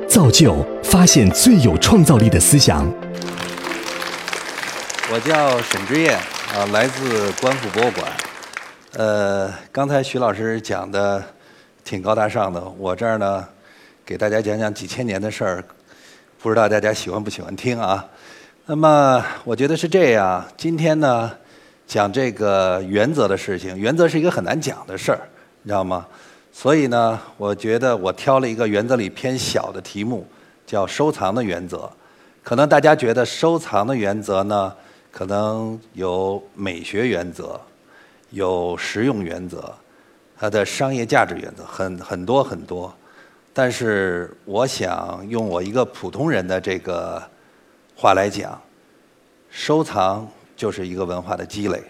造就发现最有创造力的思想。 我叫沈之燕啊，来自观复博物馆。刚才徐老师讲的挺高大上的，我这儿呢给大家讲讲几千年的事儿，不知道大家喜欢不喜欢听啊？那么我觉得是这样，今天呢讲这个原则的事情，原则是一个很难讲的事儿，你知道吗？所以呢，我觉得我挑了一个原则里偏小的题目，叫收藏的原则。可能大家觉得收藏的原则呢，可能有美学原则，有实用原则，它的商业价值原则很多很多。但是我想用我一个普通人的这个话来讲，收藏就是一个文化的积累。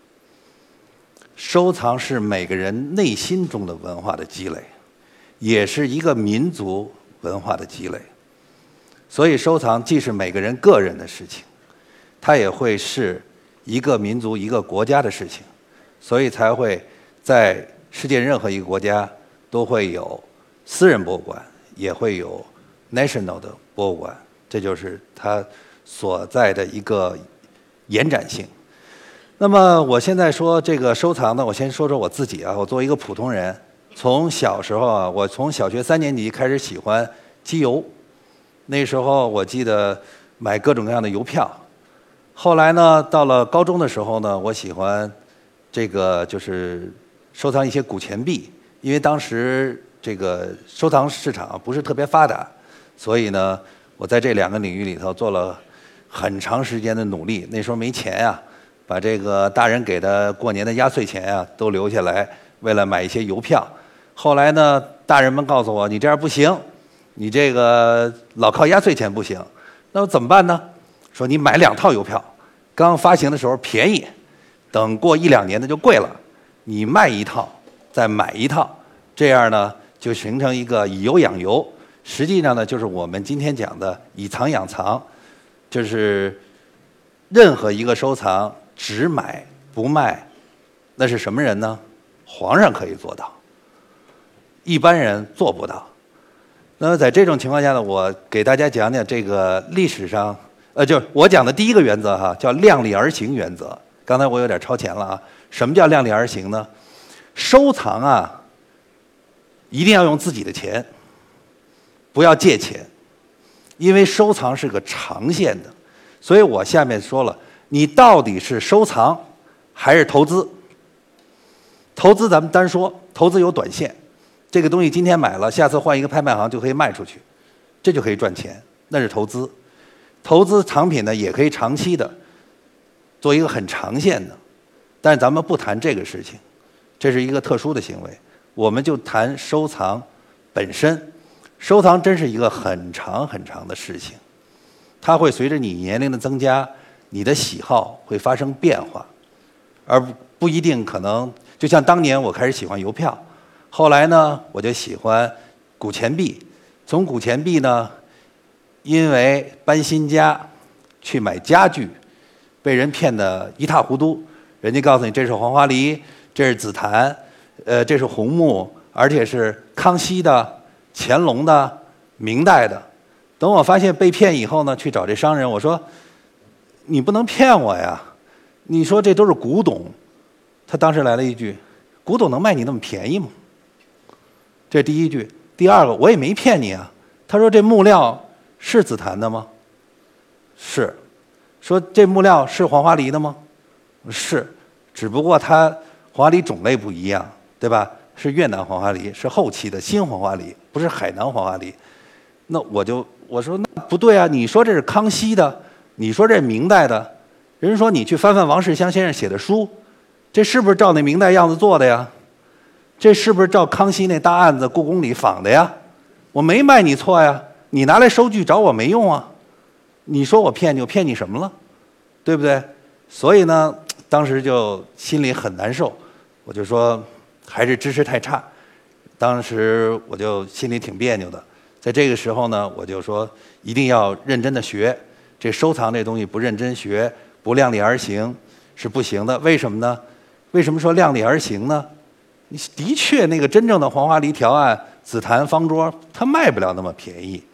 收藏是每个人内心中的文化的积累，也是一个民族文化的积累。所以收藏既是每个人个人的事情，它也会是一个民族一个国家的事情。所以才会在世界任何一个国家都会有私人博物馆，也会有 national 的博物馆，这就是它所在的一个延展性。那么我现在说这个收藏呢，我先说说我自己啊。我作为一个普通人，从小时候啊，我从小学3年级开始喜欢集邮。那时候我记得买各种各样的邮票。后来呢，到了高中的时候呢，我喜欢这个就是收藏一些古钱币，因为当时这个收藏市场不是特别发达，所以呢，我在这2个领域里头做了很长时间的努力。那时候没钱呀，把这个大人给的过年的压岁钱啊都留下来，为了买一些邮票。后来呢，大人们告诉我，你这样不行，你这个老靠压岁钱不行，那我怎么办呢？说你买2套邮票，刚发行的时候便宜，等过1、2年的就贵了，你卖1套再买1套，这样呢就形成一个以邮养邮。实际上呢，就是我们今天讲的以藏养藏，就是任何一个收藏只买不卖，那是什么人呢？皇上可以做到，一般人做不到。那么在这种情况下呢，我给大家讲讲这个历史上，就是我讲的第一个原则哈，叫量力而行原则。刚才我有点超前了啊。什么叫量力而行呢？收藏啊，一定要用自己的钱，不要借钱，因为收藏是个长线的。所以我下面说了，你到底是收藏还是投资？投资咱们单说，投资有短线，这个东西今天买了，下次换一个拍卖行就可以卖出去，这就可以赚钱，那是投资。投资藏品呢，也可以长期的，做一个很长线的，但是咱们不谈这个事情，这是一个特殊的行为，我们就谈收藏本身。收藏真是一个很长很长的事情，它会随着你年龄的增加，你的喜好会发生变化，而不一定可能。就像当年我开始喜欢邮票，后来呢，我就喜欢古钱币。从古钱币呢，因为搬新家去买家具，被人骗得一塌糊涂。人家告诉你这是黄花梨，这是紫檀，这是红木，而且是康熙的、乾隆的、明代的。等我发现被骗以后呢，去找这商人，我说：“你不能骗我呀！你说这都是古董。”他当时来了一句：“古董能卖你那么便宜吗？”这是第一句。第二个，我也没骗你啊。他说：“这木料是紫檀的吗？”是。说这木料是黄花梨的吗？是。只不过它黄花梨种类不一样，对吧？是越南黄花梨，是后期的新黄花梨，不是海南黄花梨。那我说那不对啊！你说这是康熙的，你说这是明代的，人说你去翻翻王世襄先生写的书，这是不是照那明代样子做的呀？这是不是照康熙那大案子故宫里仿的呀？我没卖你错呀，你拿来收据找我没用啊！你说我骗你，我骗你什么了？对不对？所以呢，当时就心里很难受，我就说还是知识太差。当时我就心里挺别扭的。在这个时候呢，我就说一定要认真的学。这收藏这东西不认真学，不量力而行是不行的。为什么呢？为什么说量力而行呢？的确，那个真正的黄花梨条案、紫檀方桌，它卖不了那么便宜。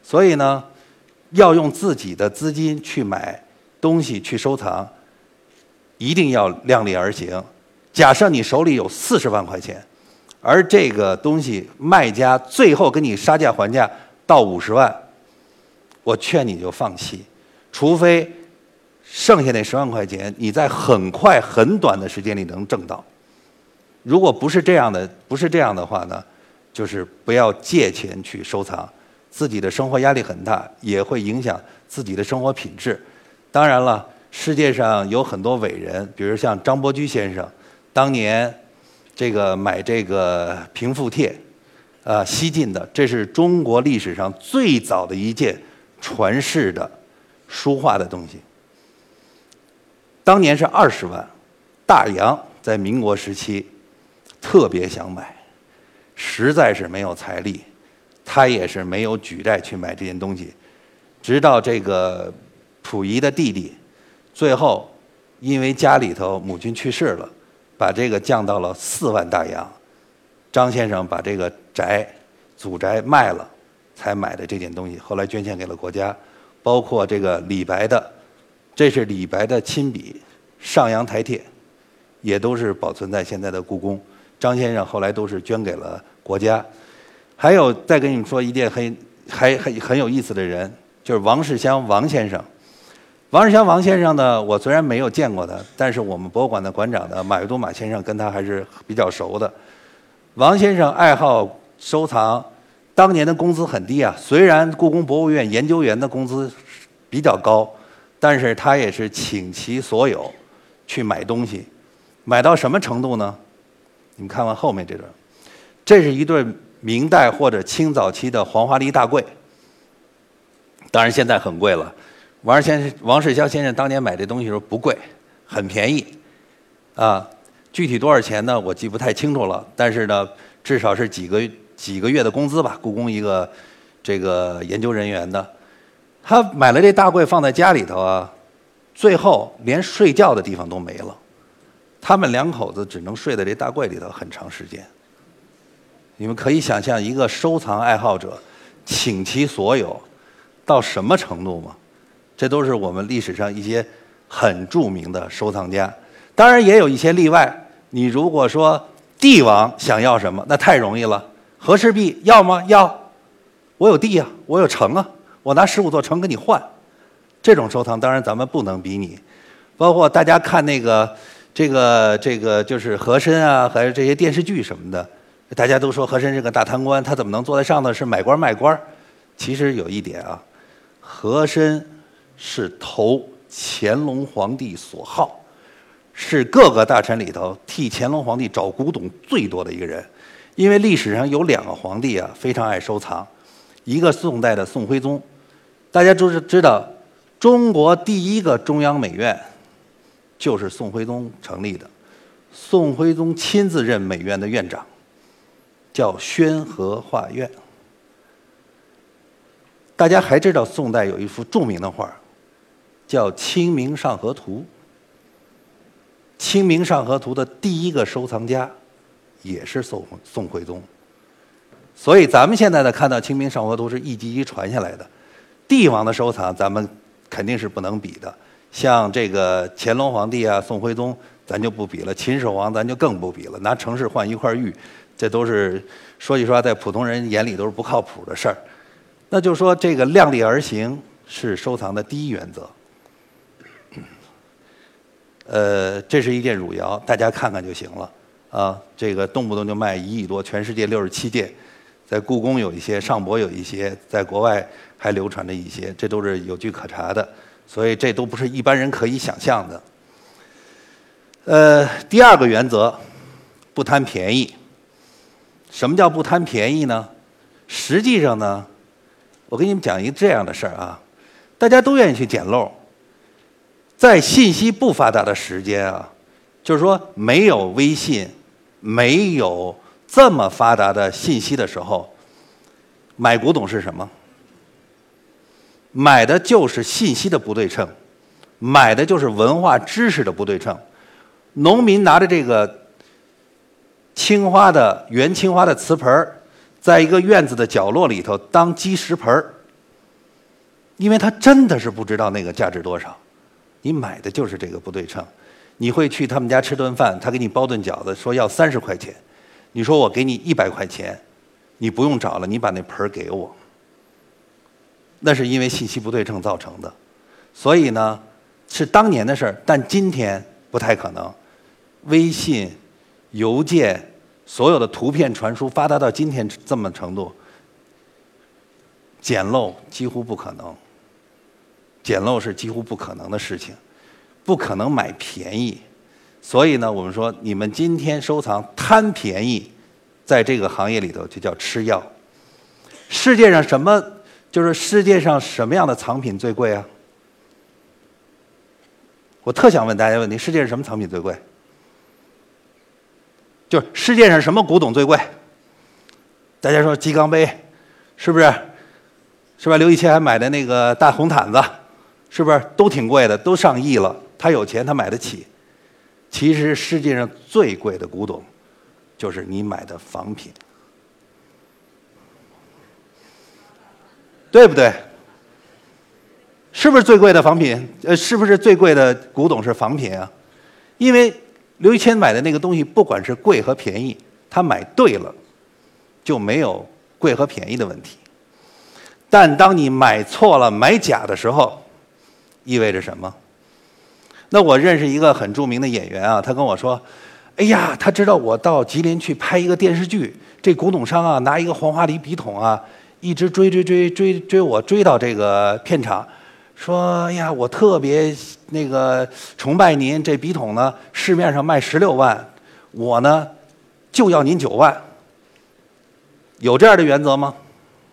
所以呢，要用自己的资金去买东西去收藏，一定要量力而行。假设你手里有40万块钱，而这个东西卖家最后跟你杀价还价到50万，我劝你就放弃，除非剩下那10万块钱你在很快很短的时间里能挣到。如果不是这样的话呢，就是不要借钱去收藏，自己的生活压力很大，也会影响自己的生活品质。当然了，世界上有很多伟人，比如像张伯驹先生，当年这个买这个平复帖，西晋的，这是中国历史上最早的一件传世的书画的东西。当年是20万，大洋在民国时期特别想买，实在是没有财力，他也是没有举债去买这件东西。直到这个溥仪的弟弟，最后因为家里头母亲去世了，把这个降到了4万大洋。张先生把这个祖宅卖了，才买的这件东西，后来捐献给了国家。包括这个李白的，这是李白的亲笔上阳台帖，也都是保存在现在的故宫。张先生后来都是捐给了国家。还有再跟你们说一件很有意思的人，就是王世襄王先生。王世襄王先生呢，我虽然没有见过他，但是我们博物馆的馆长的马未都马先生跟他还是比较熟的。王先生爱好收藏，当年的工资很低啊，虽然故宫博物院研究员的工资比较高，但是他也是倾其所有去买东西，买到什么程度呢？你们看完后面这段，这是一对明代或者清早期的黄花梨大柜，当然现在很贵了。王世襄先生当年买这东西的时候不贵，很便宜，具体多少钱呢？我记不太清楚了，但是呢，至少是几个月的工资吧。故宫一个这个研究人员的，他买了这大柜放在家里头啊，最后连睡觉的地方都没了。他们2口子只能睡在这大柜里头很长时间。你们可以想象一个收藏爱好者倾其所有到什么程度吗？这都是我们历史上一些很著名的收藏家。当然也有一些例外，你如果说帝王想要什么，那太容易了。和氏璧要吗？要，我有地啊，我有城啊，我拿15座城跟你换。这种收藏当然咱们不能比拟。包括大家看那个这个就是和珅啊，还有这些电视剧什么的，大家都说和珅是个大贪官，他怎么能坐在上头是买官卖官？其实有一点啊，和珅是投乾隆皇帝所好，是各个大臣里头替乾隆皇帝找古董最多的一个人。因为历史上有2个皇帝啊非常爱收藏，一个宋代的宋徽宗，大家都知道中国第一个中央美院就是宋徽宗成立的，宋徽宗亲自任美院的院长，叫宣和画院。大家还知道宋代有一幅著名的画叫《清明上河图》。《清明上河图》的第一个收藏家也是宋徽宗，所以咱们现在的看到《清明上河图》是一级级传下来的。帝王的收藏咱们肯定是不能比的，像这个乾隆皇帝啊、宋徽宗咱就不比了，秦始皇咱就更不比了，拿城市换一块玉，这都是说句实话，在普通人眼里都是不靠谱的事儿。那就说这个量力而行是收藏的第一原则。这是一件汝窑，大家看看就行了啊。这个动不动就卖1亿多，全世界67件，在故宫有一些，上博有一些，在国外还流传着一些，这都是有据可查的，所以这都不是一般人可以想象的。第2个原则，不贪便宜。什么叫不贪便宜呢？实际上呢，我给你们讲一个这样的事儿啊，大家都愿意去捡漏。在信息不发达的时间啊，就是说没有微信，没有这么发达的信息的时候，买古董是什么？买的就是信息的不对称，买的就是文化知识的不对称。农民拿着这个元青花的瓷盆，在一个院子的角落里头当积石盆， 因为他真的是不知道那个价值多少，你买的就是这个不对称。你会去他们家吃顿饭，他给你包顿饺子，说要30块钱，你说我给你100块钱，你不用找了，你把那盆儿给我。那是因为信息不对称造成的，所以呢，是当年的事儿，但今天不太可能。微信、邮件，所有的图片传输发达到今天这么程度，捡漏几乎不可能。捡漏是几乎不可能的事情，不可能买便宜。所以呢，我们说你们今天收藏贪便宜，在这个行业里头就叫吃药。世界上什么？就是世界上什么样的藏品最贵啊？我特想问大家问题：世界上什么藏品最贵？就是世界上什么古董最贵？大家说鸡缸杯，是不是？是吧？刘以谦还买的那个大红毯子，是不是都挺贵的，都上亿了？他有钱，他买得起。其实世界上最贵的古董，就是你买的仿品。对不对？是不是最贵的仿品？是不是最贵的古董是仿品啊？因为刘一谦买的那个东西，不管是贵和便宜，他买对了，就没有贵和便宜的问题。但当你买错了、买假的时候，意味着什么？那我认识一个很著名的演员啊，他跟我说：“哎呀，他知道我到吉林去拍一个电视剧，这古董商啊，拿一个黄花梨笔筒啊。”一直追我，追到这个片场，说：“哎呀，我特别那个崇拜您，这笔筒呢，市面上卖16万，我呢就要您9万。”有这样的原则吗？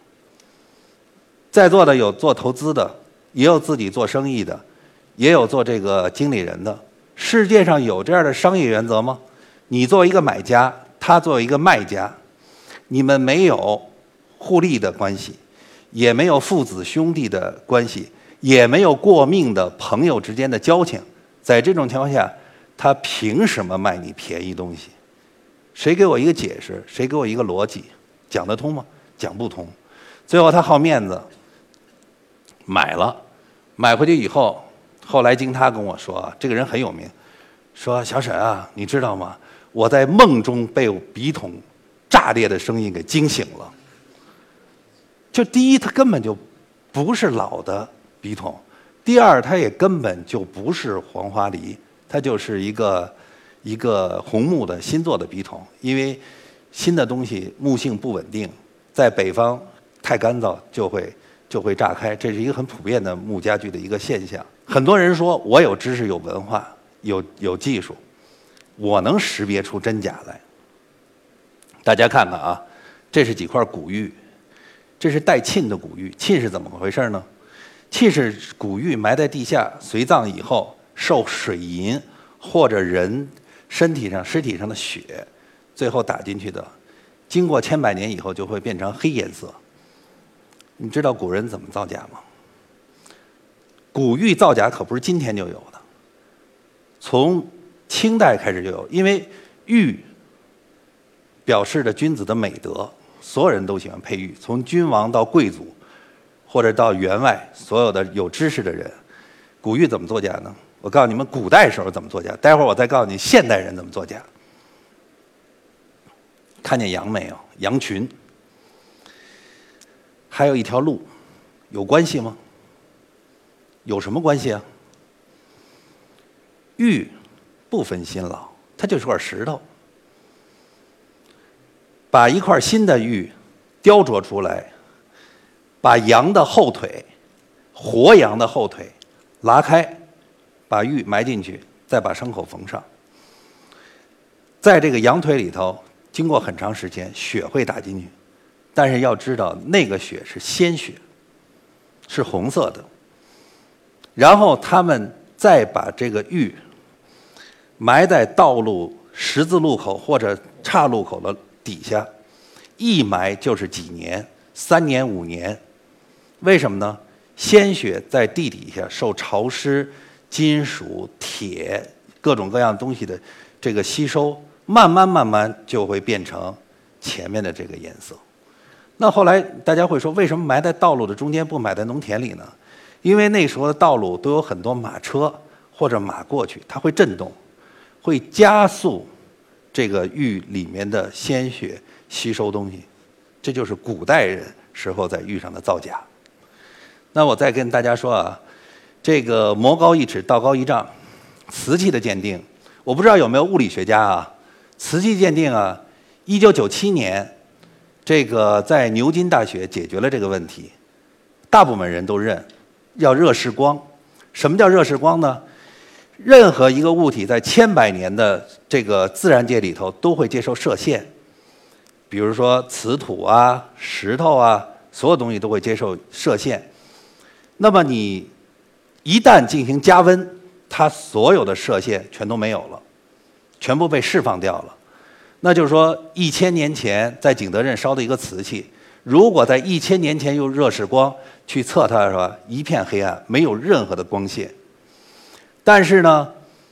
在座的有做投资的，也有自己做生意的，也有做这个经理人的。世界上有这样的商业原则吗？你作为一个买家，他作为一个卖家，你们没有互利的关系，也没有父子兄弟的关系，也没有过命的朋友之间的交情。在这种情况下，他凭什么卖你便宜东西？谁给我一个解释？谁给我一个逻辑？讲得通吗？讲不通。最后他好面子，买了，买回去以后，后来经他跟我说，这个人很有名，说：“小沈啊，你知道吗？我在梦中被笔筒炸裂的声音给惊醒了。”就第一，它根本就不是老的笔筒；第二，它也根本就不是黄花梨，它就是一个红木的新做的笔筒。因为新的东西木性不稳定，在北方太干燥就会炸开，这是一个很普遍的木家具的一个现象。很多人说我有知识、有文化、有技术，我能识别出真假来。大家看看啊，这是几块古玉。这是带沁的古玉，沁是怎么回事呢？沁是古玉埋在地下，随葬以后受水银或者人尸体上的血，最后打进去的，经过千百年以后就会变成黑颜色。你知道古人怎么造假吗？古玉造假可不是今天就有的，从清代开始就有，因为玉表示着君子的美德。所有人都喜欢佩玉，从君王到贵族，或者到员外，所有的有知识的人，古玉怎么作假呢？我告诉你们，古代时候怎么作假，待会儿我再告诉你现代人怎么作假。看见羊没有？羊群，还有一条路，有关系吗？有什么关系啊？玉不分新老，它就是块石头。把一块新的玉雕琢出来，把羊的后腿，活羊的后腿拉开，把玉埋进去，再把伤口缝上。在这个羊腿里头，经过很长时间，血会打进去，但是要知道那个血是鲜血，是红色的。然后他们再把这个玉埋在道路十字路口或者岔路口的底下，一埋就是几年，3年5年。为什么呢？鲜血在地底下受潮湿、金属、铁各种各样东西的这个吸收，慢慢就会变成前面的这个颜色。 那后来大家会说，为什么埋在道路的中间不埋在农田里呢？因为那时候的道路都有很多马车或者马过去，它会震动，会加速这个玉里面的鲜血吸收东西。这就是古代人时候在玉上的造假。那我再跟大家说啊，这个魔高一尺，道高一丈，瓷器的鉴定，我不知道有没有物理学家啊，瓷器鉴定啊，1997年，这个在牛津大学解决了这个问题，大部分人都认要热释光。什么叫热释光呢？任何一个物体在千百年的这个自然界里头都会接受射线，比如说瓷土啊、石头啊，所有东西都会接受射线。那么你一旦进行加温，它所有的射线全都没有了，全部被释放掉了。那就是说，1000年前在景德镇烧的一个瓷器，如果在1000年前用热释光去测它，是吧？一片黑暗，没有任何的光线。但是呢，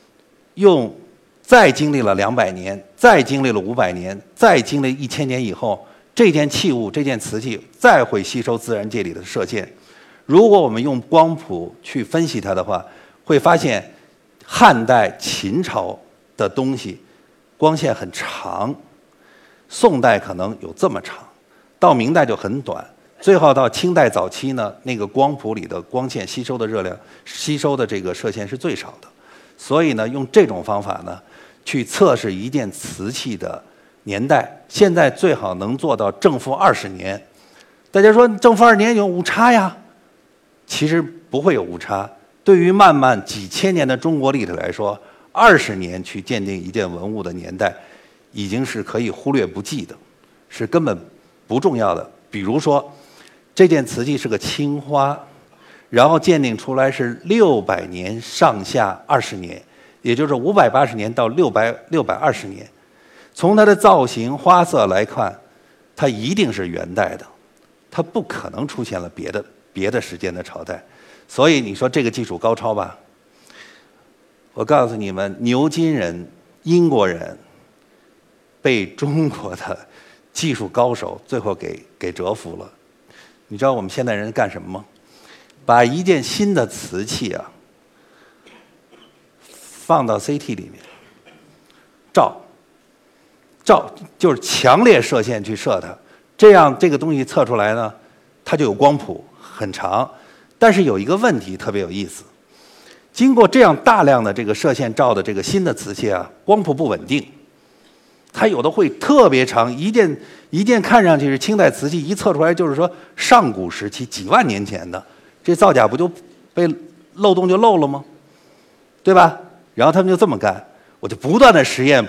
再经历了200年，再经历了500年，再经历1000年以后，这件器物、这件瓷器再会吸收自然界里的射线。如果我们用光谱去分析它的话，会发现汉代、秦朝的东西光线很长，宋代可能有这么长，到明代就很短，最后到清代早期呢，那个光谱里的光线吸收的热量、吸收的这个射线是最少的。所以呢，用这种方法呢，去测试一件瓷器的年代，现在最好能做到正负20年。大家说正负20年有误差呀？其实不会有误差。对于漫漫几千年的中国历史来说，20年去鉴定一件文物的年代，已经是可以忽略不计的，是根本不重要的。比如说，这件瓷器是个青花，然后鉴定出来是600年上下20年，也就是580年到620年。从它的造型、花色来看，它一定是元代的，它不可能出现了别的时间的朝代。所以你说这个技术高超吧？我告诉你们，牛津人、英国人被中国的技术高手最后给折服了。你知道我们现代人干什么吗？把一件新的瓷器啊放到 CT 里面照，就是强烈射线去射它，这样这个东西测出来呢，它就有光谱，很长。但是有一个问题特别有意思，经过这样大量的这个射线照的这个新的瓷器啊，光谱不稳定，它有的会特别长，一件看上去是清代瓷器，一测出来就是说上古时期几万年前的，这造假不就被漏洞就漏了吗？对吧？然后他们就这么干，我就不断的实验，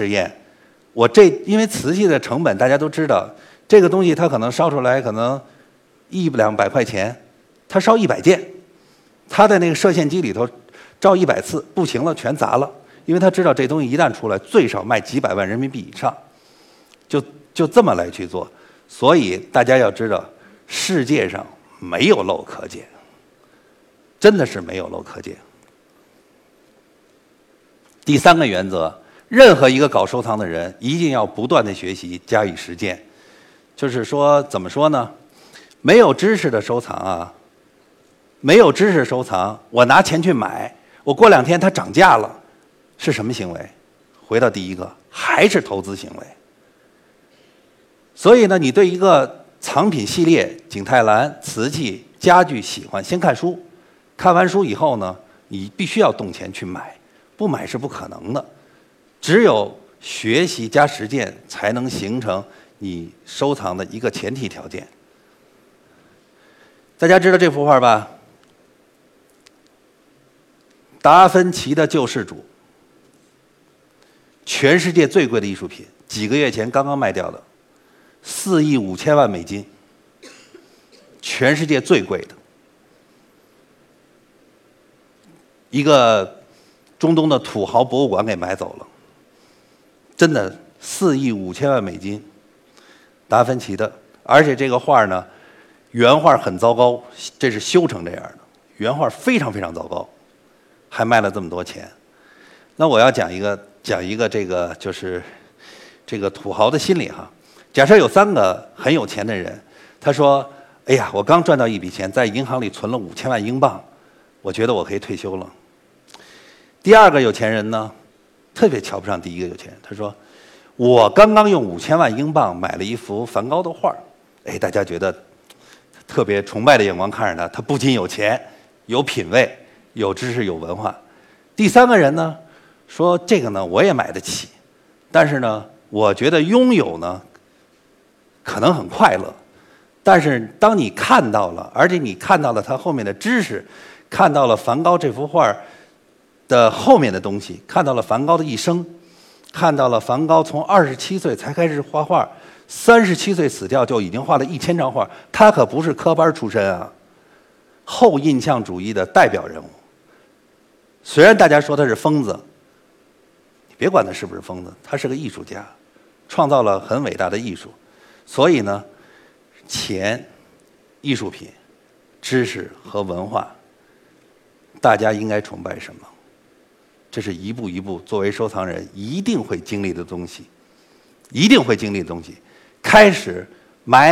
因为瓷器的成本大家都知道，这个东西它可能烧出来可能100-200块钱，他烧100件，他在那个射线机里头照100次，不行了全砸了，因为他知道这东西一旦出来，最少卖几百万人民币以上，就这么来去做。所以大家要知道，世界上没有漏可见，真的是没有漏可见。第3个原则，任何一个搞收藏的人一定要不断的学习，加以实践。就是说，怎么说呢？没有知识的收藏啊，没有知识收藏，我拿钱去买，我过2天它涨价了，是什么行为？回到第一个，还是投资行为。所以呢，你对一个藏品系列、景泰蓝、瓷器、家具喜欢，先看书，看完书以后呢，你必须要动钱去买，不买是不可能的。只有学习加实践，才能形成你收藏的一个前提条件。大家知道这幅画吧？达芬奇的救世主，全世界最贵的艺术品，几个月前刚刚卖掉的，4亿5千万美金，全世界最贵的。一个中东的土豪博物馆给买走了，真的4亿5千万美金，达芬奇的，而且这个画呢，原画很糟糕，这是修成这样的，原画非常非常糟糕，还卖了这么多钱。那我要讲一个这个就是这个土豪的心理哈。假设有3个很有钱的人， 他说：“哎呀，我刚赚到一笔钱，在银行里存了5000万英镑，我觉得我可以退休了。”第二个有钱人呢，特别瞧不上第一个有钱人。他说：“我刚刚用5000万英镑买了一幅梵高的画。”哎，大家觉得特别崇拜的眼光看着他，他不仅有钱、有品位、有知识、有文化。第三个人呢，说这个呢我也买得起，但是呢，我觉得拥有呢可能很快乐，但是当你看到了，而且你看到了他后面的知识，看到了梵高这幅画的后面的东西，看到了梵高的一生，看到了梵高从27岁才开始画画，37岁死掉就已经画了1000张画，他可不是科班出身啊，后印象主义的代表人物。虽然大家说他是疯子，你别管他是不是疯子，他是个艺术家，创造了很伟大的艺术。所以呢，钱、艺术品、知识和文化，大家应该崇拜什么？这是一步一步作为收藏人一定会经历的东西，一定会经历的东西。开始买，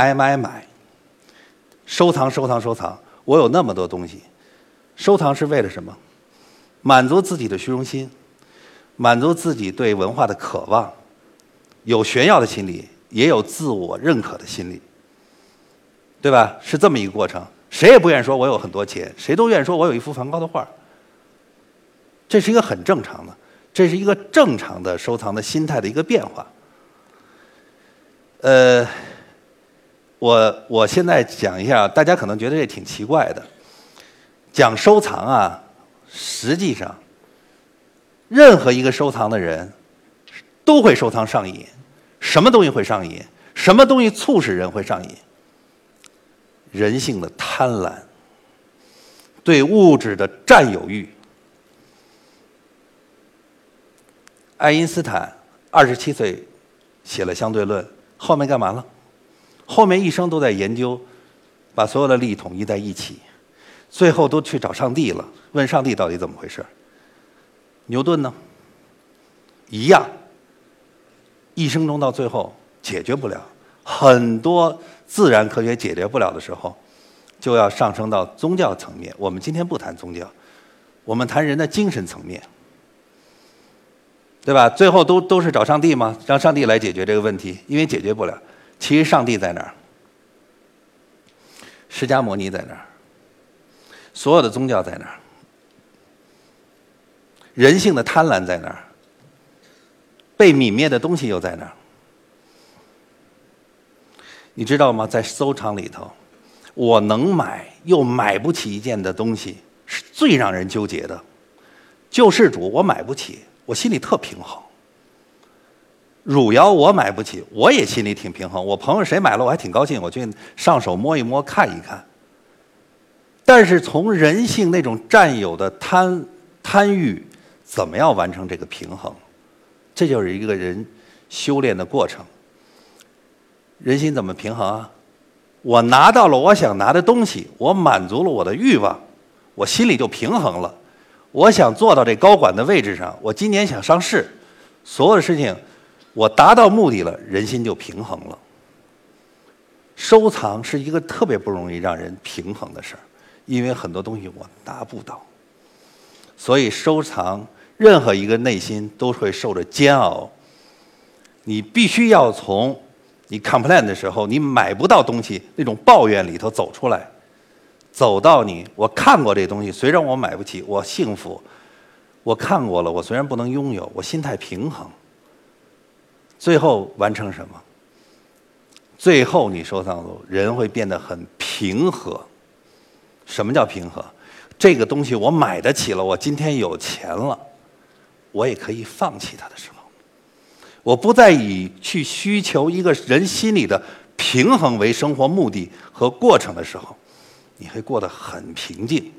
收藏。我有那么多东西，收藏是为了什么？满足自己的虚荣心，满足自己对文化的渴望，有炫耀的心理，也有自我认可的心理，对吧？是这么一个过程。谁也不愿意说我有很多钱，谁都愿意说我有一幅梵高的画。这是一个很正常的，这是一个正常的收藏的心态的一个变化。我现在讲一下，大家可能觉得这挺奇怪的。讲收藏啊，实际上，任何一个收藏的人都会收藏上瘾。什么东西会上瘾？什么东西促使人会上瘾？人性的贪婪，对物质的占有欲。爱因斯坦27岁写了相对论，后面干嘛了？后面一生都在研究，把所有的力统一在一起，最后都去找上帝了，问上帝到底怎么回事。牛顿呢？一样，一生中到最后解决不了，很多自然科学解决不了的时候，就要上升到宗教层面。我们今天不谈宗教，我们谈人的精神层面。对吧？最后都是找上帝吗？让上帝来解决这个问题，因为解决不了。其实上帝在哪儿？释迦牟尼在哪儿？所有的宗教在哪儿？人性的贪婪在哪儿？被泯灭的东西又在哪儿？你知道吗？在收藏里头，我能买又买不起一件的东西，是最让人纠结的。救世主我买不起，我心里特平衡。汝窑我买不起，我也心里挺平衡。我朋友谁买了，我还挺高兴，我去上手摸一摸，看一看。但是从人性那种占有的贪欲，怎么样完成这个平衡？这就是一个人修炼的过程。人心怎么平衡啊？我拿到了我想拿的东西，我满足了我的欲望，我心里就平衡了。我想做到这高管的位置上，我今年想上市，所有的事情我达到目的了，人心就平衡了。收藏是一个特别不容易让人平衡的事儿，因为很多东西我达不到，所以收藏任何一个内心都会受着煎熬。你必须要从你 complain 的时候，你买不到东西那种抱怨里头走出来，走到我看过这东西，虽然我买不起，我幸福，我看过了，我虽然不能拥有，我心态平衡。最后完成什么？最后你收藏后，人会变得很平和。什么叫平和？这个东西我买得起了，我今天有钱了，我也可以放弃它的时候，我不再以去需求一个人心里的平衡为生活目的和过程的时候，你会过得很平静。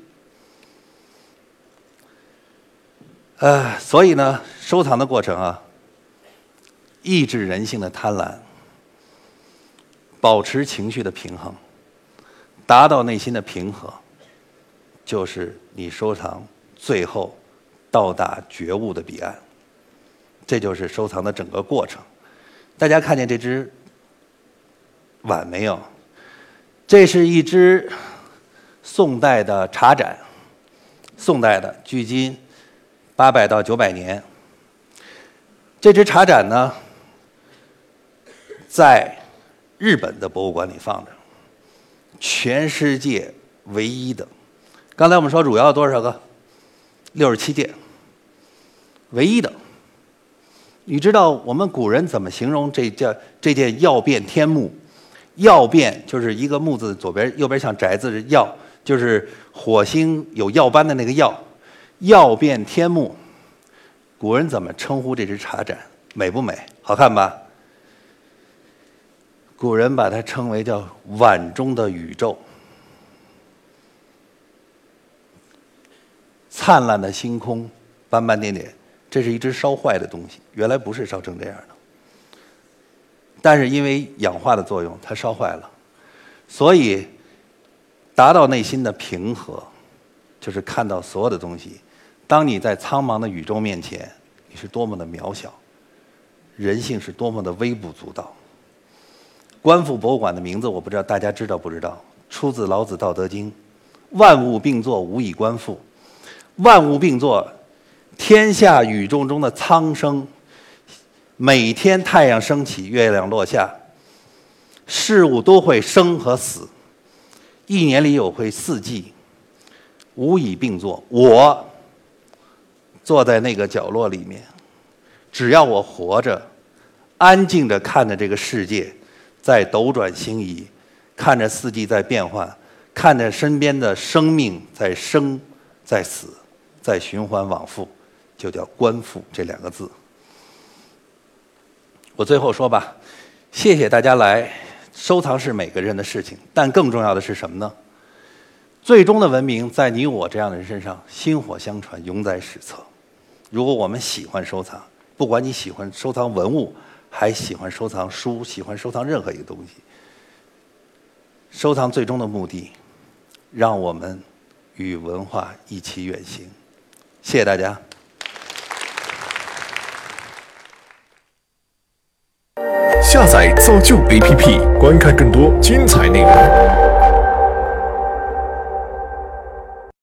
所以呢，收藏的过程啊，抑制人性的贪婪，保持情绪的平衡，达到内心的平和，就是你收藏最后到达觉悟的彼岸。这就是收藏的整个过程。大家看见这只碗没有？ 这是一只宋代的茶盏，宋代的，距今800到900年。这只茶盏呢，在日本的博物馆里放着，全世界唯一的。刚才我们说汝窑有多少个？67件，唯一的。你知道我们古人怎么形容这件曜变天目？曜变就是一个木字，左边右边像宅字，曜就是火星有曜斑的那个曜。曜变天目，古人怎么称呼这只茶盏？美不美？好看吧？古人把它称为叫碗中的宇宙。灿烂的星空，斑斑点点，这是一只烧坏的东西，原来不是烧成这样的。但是因为氧化的作用，它烧坏了，所以达到内心的平和，就是看到所有的东西。当你在苍茫的宇宙面前，你是多么的渺小，人性是多么的微不足道。观复博物馆的名字我不知道大家知道不知道，出自老子《道德经》，万物并作，无以观复。万物并作，天下宇宙中的苍生，每天太阳升起，月亮落下，事物都会生和死，一年里有会4季，无以并作。我坐在那个角落里面，只要我活着，安静地看着这个世界在斗转星移，看着4季在变换，看着身边的生命在生在死，在循环往复，就叫观复这2个字。我最后说吧，谢谢大家来。收藏是每个人的事情，但更重要的是什么呢？最终的文明在你我这样的人身上薪火相传，永载史册。如果我们喜欢收藏，不管你喜欢收藏文物，还喜欢收藏书，喜欢收藏任何一个东西，收藏最终的目的，让我们与文化一起远行。谢谢大家。 下载造就 APP， 观看更多精彩内容。